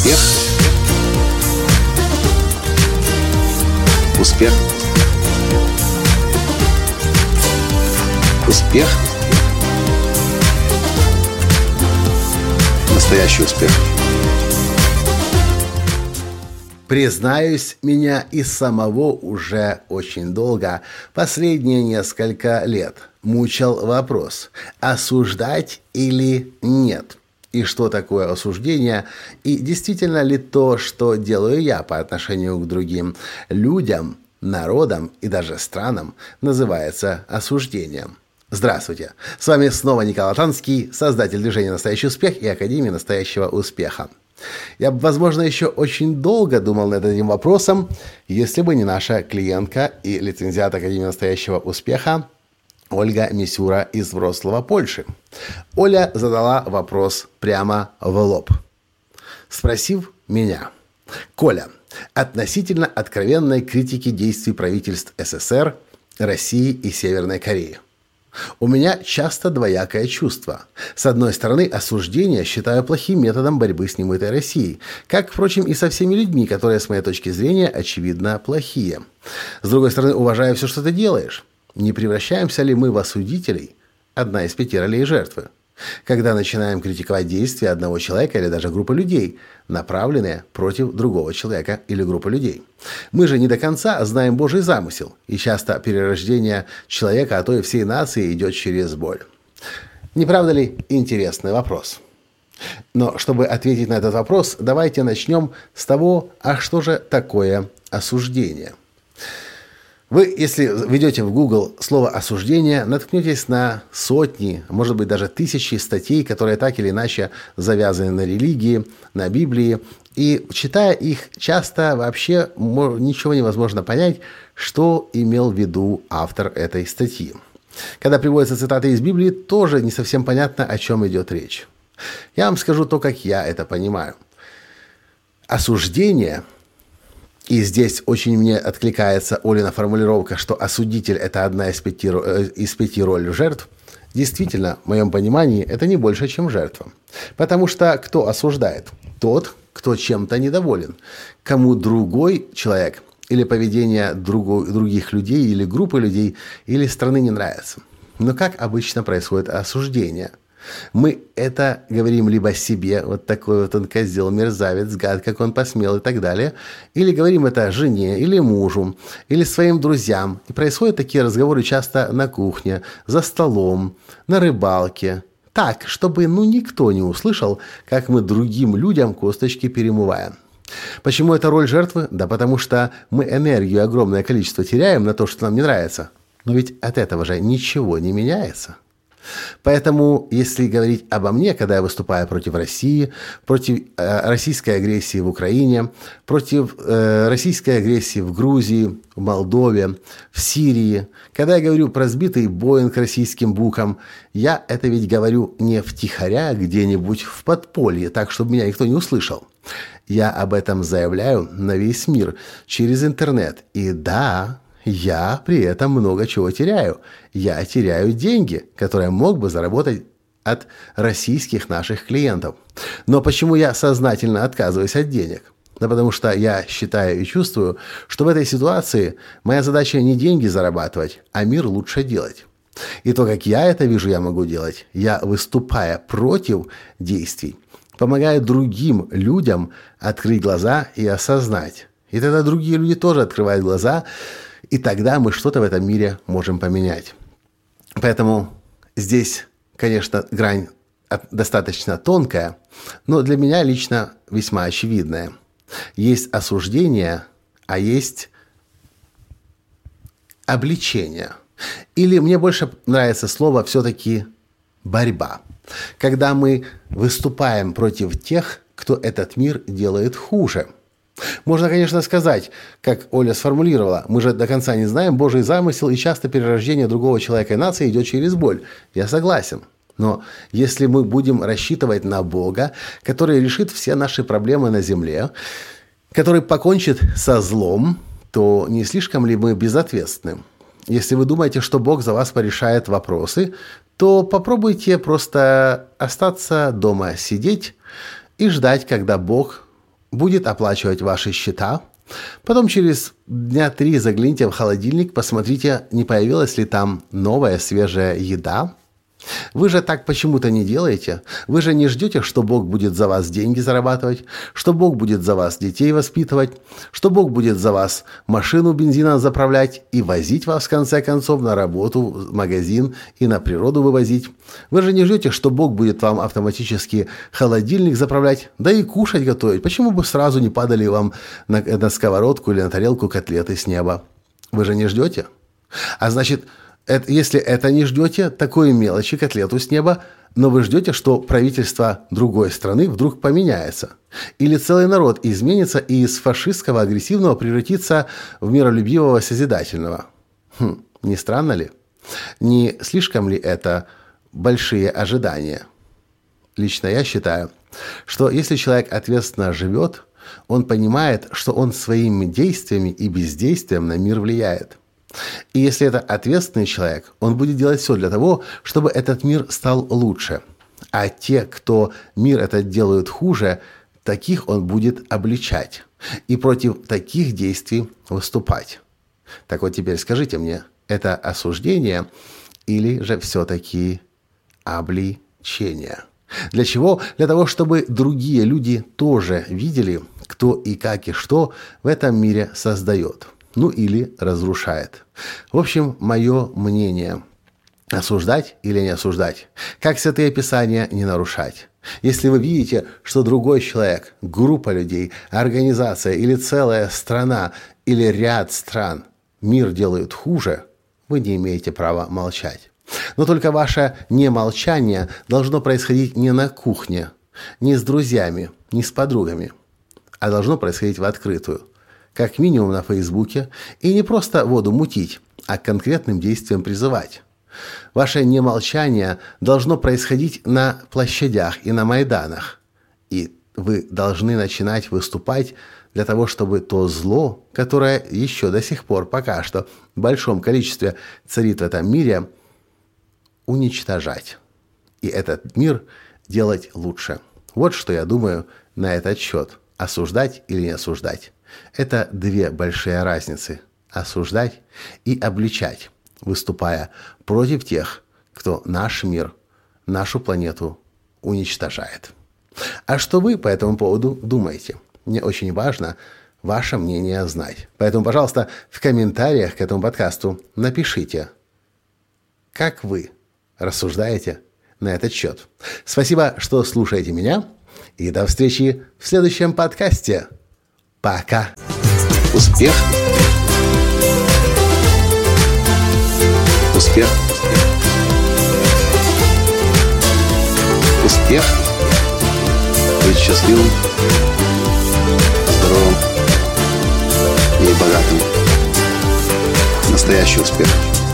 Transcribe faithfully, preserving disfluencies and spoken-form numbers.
Успех. Успех. Успех. Настоящий успех. Признаюсь, меня и самого уже очень долго, последние несколько лет, мучил вопрос, осуждать или нет. И что такое осуждение, и действительно ли то, что делаю я по отношению к другим людям, народам и даже странам, называется осуждением. Здравствуйте! С вами снова Николай Танский, создатель движения «Настоящий успех» и Академии настоящего успеха. Я бы, возможно, еще очень долго думал над этим вопросом, если бы не наша клиентка и лицензиат Академии настоящего успеха Ольга Мисюра из Вроцлава, Польши. Оля задала вопрос прямо в лоб, спросив меня: «Коля, относительно откровенной критики действий правительств СССР, России и Северной Кореи. У меня часто двоякое чувство. С одной стороны, осуждение считаю плохим методом борьбы с немытой Россией, как, впрочем, и со всеми людьми, которые, с моей точки зрения, очевидно плохие. С другой стороны, уважаю все, что ты делаешь. Не превращаемся ли мы в осудителей? Одна из пяти ролей жертвы. Когда начинаем критиковать действия одного человека или даже группы людей, направленные против другого человека или группы людей. Мы же не до конца знаем Божий замысел, и часто перерождение человека, а то и всей нации, идет через боль». Не правда ли интересный вопрос? Но чтобы ответить на этот вопрос, давайте начнем с того, а что же такое осуждение? Вы, если введете в Google слово «осуждение», наткнетесь на сотни, может быть, даже тысячи статей, которые так или иначе завязаны на религии, на Библии. И, читая их, часто вообще ничего невозможно понять, что имел в виду автор этой статьи. Когда приводятся цитаты из Библии, тоже не совсем понятно, о чем идет речь. Я вам скажу то, как я это понимаю. Осуждение... И здесь очень мне откликается Олина формулировка, что осудитель – это одна из пяти, из пяти ролей жертв. Действительно, в моем понимании, это не больше, чем жертва. Потому что кто осуждает? Тот, кто чем-то недоволен. Кому другой человек или поведение другу, других людей, или группы людей, или страны не нравится. Но как обычно происходит осуждение? Мы это говорим либо себе, вот такой вот он козел, мерзавец, гад, как он посмел и так далее, или говорим это жене, или мужу, или своим друзьям. И происходят такие разговоры часто на кухне, за столом, на рыбалке. Так, чтобы ну никто не услышал, как мы другим людям косточки перемываем. Почему это роль жертвы? Да потому что мы энергию огромное количество теряем на то, что нам не нравится. Но ведь от этого же ничего не меняется. Поэтому, если говорить обо мне, когда я выступаю против России, против э, российской агрессии в Украине, против э, российской агрессии в Грузии, в Молдове, в Сирии, когда я говорю про сбитый Боинг российским буком, я это ведь говорю не втихаря где-нибудь в подполье, так, чтобы меня никто не услышал. Я об этом заявляю на весь мир через интернет. И да... Я при этом много чего теряю. Я теряю деньги, которые мог бы заработать от российских наших клиентов. Но почему я сознательно отказываюсь от денег? Да потому что я считаю и чувствую, что в этой ситуации моя задача не деньги зарабатывать, а мир лучше делать. И то, как я это вижу, я могу делать. Я, выступая против действий, помогаю другим людям открыть глаза и осознать. И тогда другие люди тоже открывают глаза, и тогда мы что-то в этом мире можем поменять. Поэтому здесь, конечно, грань достаточно тонкая, но для меня лично весьма очевидная. Есть осуждение, а есть обличение. Или мне больше нравится слово все-таки борьба. Когда мы выступаем против тех, кто этот мир делает хуже. Можно, конечно, сказать, как Оля сформулировала, мы же до конца не знаем Божий замысел, и часто перерождение другого человека и нации идет через боль. Я согласен. Но если мы будем рассчитывать на Бога, который решит все наши проблемы на земле, который покончит со злом, то не слишком ли мы безответственны? Если вы думаете, что Бог за вас порешает вопросы, то попробуйте просто остаться дома сидеть и ждать, когда Бог будет оплачивать ваши счета. Потом через дня три загляните в холодильник, посмотрите, не появилась ли там новая свежая еда. Вы же так почему-то не делаете. Вы же не ждете, что Бог будет за вас деньги зарабатывать, что Бог будет за вас детей воспитывать, что Бог будет за вас машину бензином заправлять и возить вас, в конце концов, на работу, в магазин и на природу вывозить. Вы же не ждете, что Бог будет вам автоматически холодильник заправлять, да и кушать готовить. Почему бы сразу не падали вам на, на сковородку или на тарелку котлеты с неба? Вы же не ждете? А значит... Это, если это не ждете, такой мелочи, котлету с неба, но вы ждете, что правительство другой страны вдруг поменяется. Или целый народ изменится и из фашистского агрессивного превратится в миролюбивого созидательного. Хм, не странно ли? Не слишком ли это большие ожидания? Лично я считаю, что если человек ответственно живет, он понимает, что он своими действиями и бездействием на мир влияет. И если это ответственный человек, он будет делать все для того, чтобы этот мир стал лучше. А те, кто мир этот делают хуже, таких он будет обличать. И против таких действий выступать. Так вот теперь скажите мне, это осуждение или же все-таки обличение? Для чего? Для того, чтобы другие люди тоже видели, кто и как и что в этом мире создает. Ну или разрушает. В общем, мое мнение. Осуждать или не осуждать? Как Святые Писания не нарушать? Если вы видите, что другой человек, группа людей, организация или целая страна, или ряд стран мир делают хуже, вы не имеете права молчать. Но только ваше немолчание должно происходить не на кухне, не с друзьями, не с подругами, а должно происходить в открытую. Как минимум на Фейсбуке, и не просто воду мутить, а к конкретным действиям призывать. Ваше немолчание должно происходить на площадях и на майданах. И вы должны начинать выступать для того, чтобы то зло, которое еще до сих пор пока что в большом количестве царит в этом мире, уничтожать. И этот мир делать лучше. Вот что я думаю на этот счет. Осуждать или не осуждать. Это две большие разницы. Осуждать и обличать, выступая против тех, кто наш мир, нашу планету уничтожает. А что вы по этому поводу думаете? Мне очень важно ваше мнение знать. Поэтому, пожалуйста, в комментариях к этому подкасту напишите, как вы рассуждаете на этот счет. Спасибо, что слушаете меня. И до встречи в следующем подкасте. Пока. Успех. Успех. Успех. Быть счастливым, здоровым и богатым. Настоящий успех.